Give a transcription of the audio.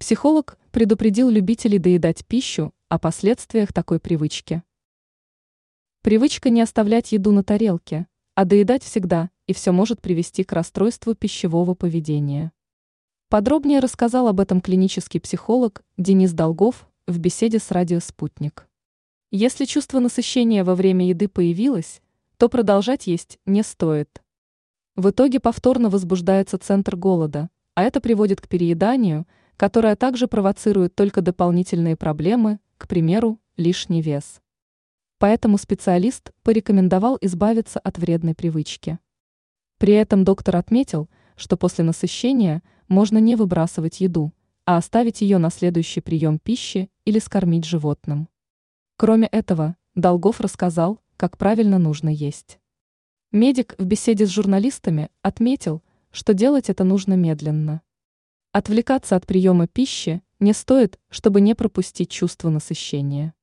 Психолог предупредил любителей доедать пищу о последствиях такой привычки. Привычка не оставлять еду на тарелке, а доедать всегда, и все может привести к расстройству пищевого поведения. Подробнее рассказал об этом клинический психолог Денис Долгов в беседе с радио «Спутник». Если чувство насыщения во время еды появилось, то продолжать есть не стоит. В итоге повторно возбуждается центр голода, а это приводит к перееданию, которое также провоцирует только дополнительные проблемы, к примеру, лишний вес. Поэтому специалист порекомендовал избавиться от вредной привычки. При этом доктор отметил, что после насыщения можно не выбрасывать еду, а оставить ее на следующий прием пищи или скормить животным. Кроме этого, Долгов рассказал, как правильно нужно есть. Медик в беседе с журналистами отметил, что делать это нужно медленно. Отвлекаться от приема пищи не стоит, чтобы не пропустить чувство насыщения.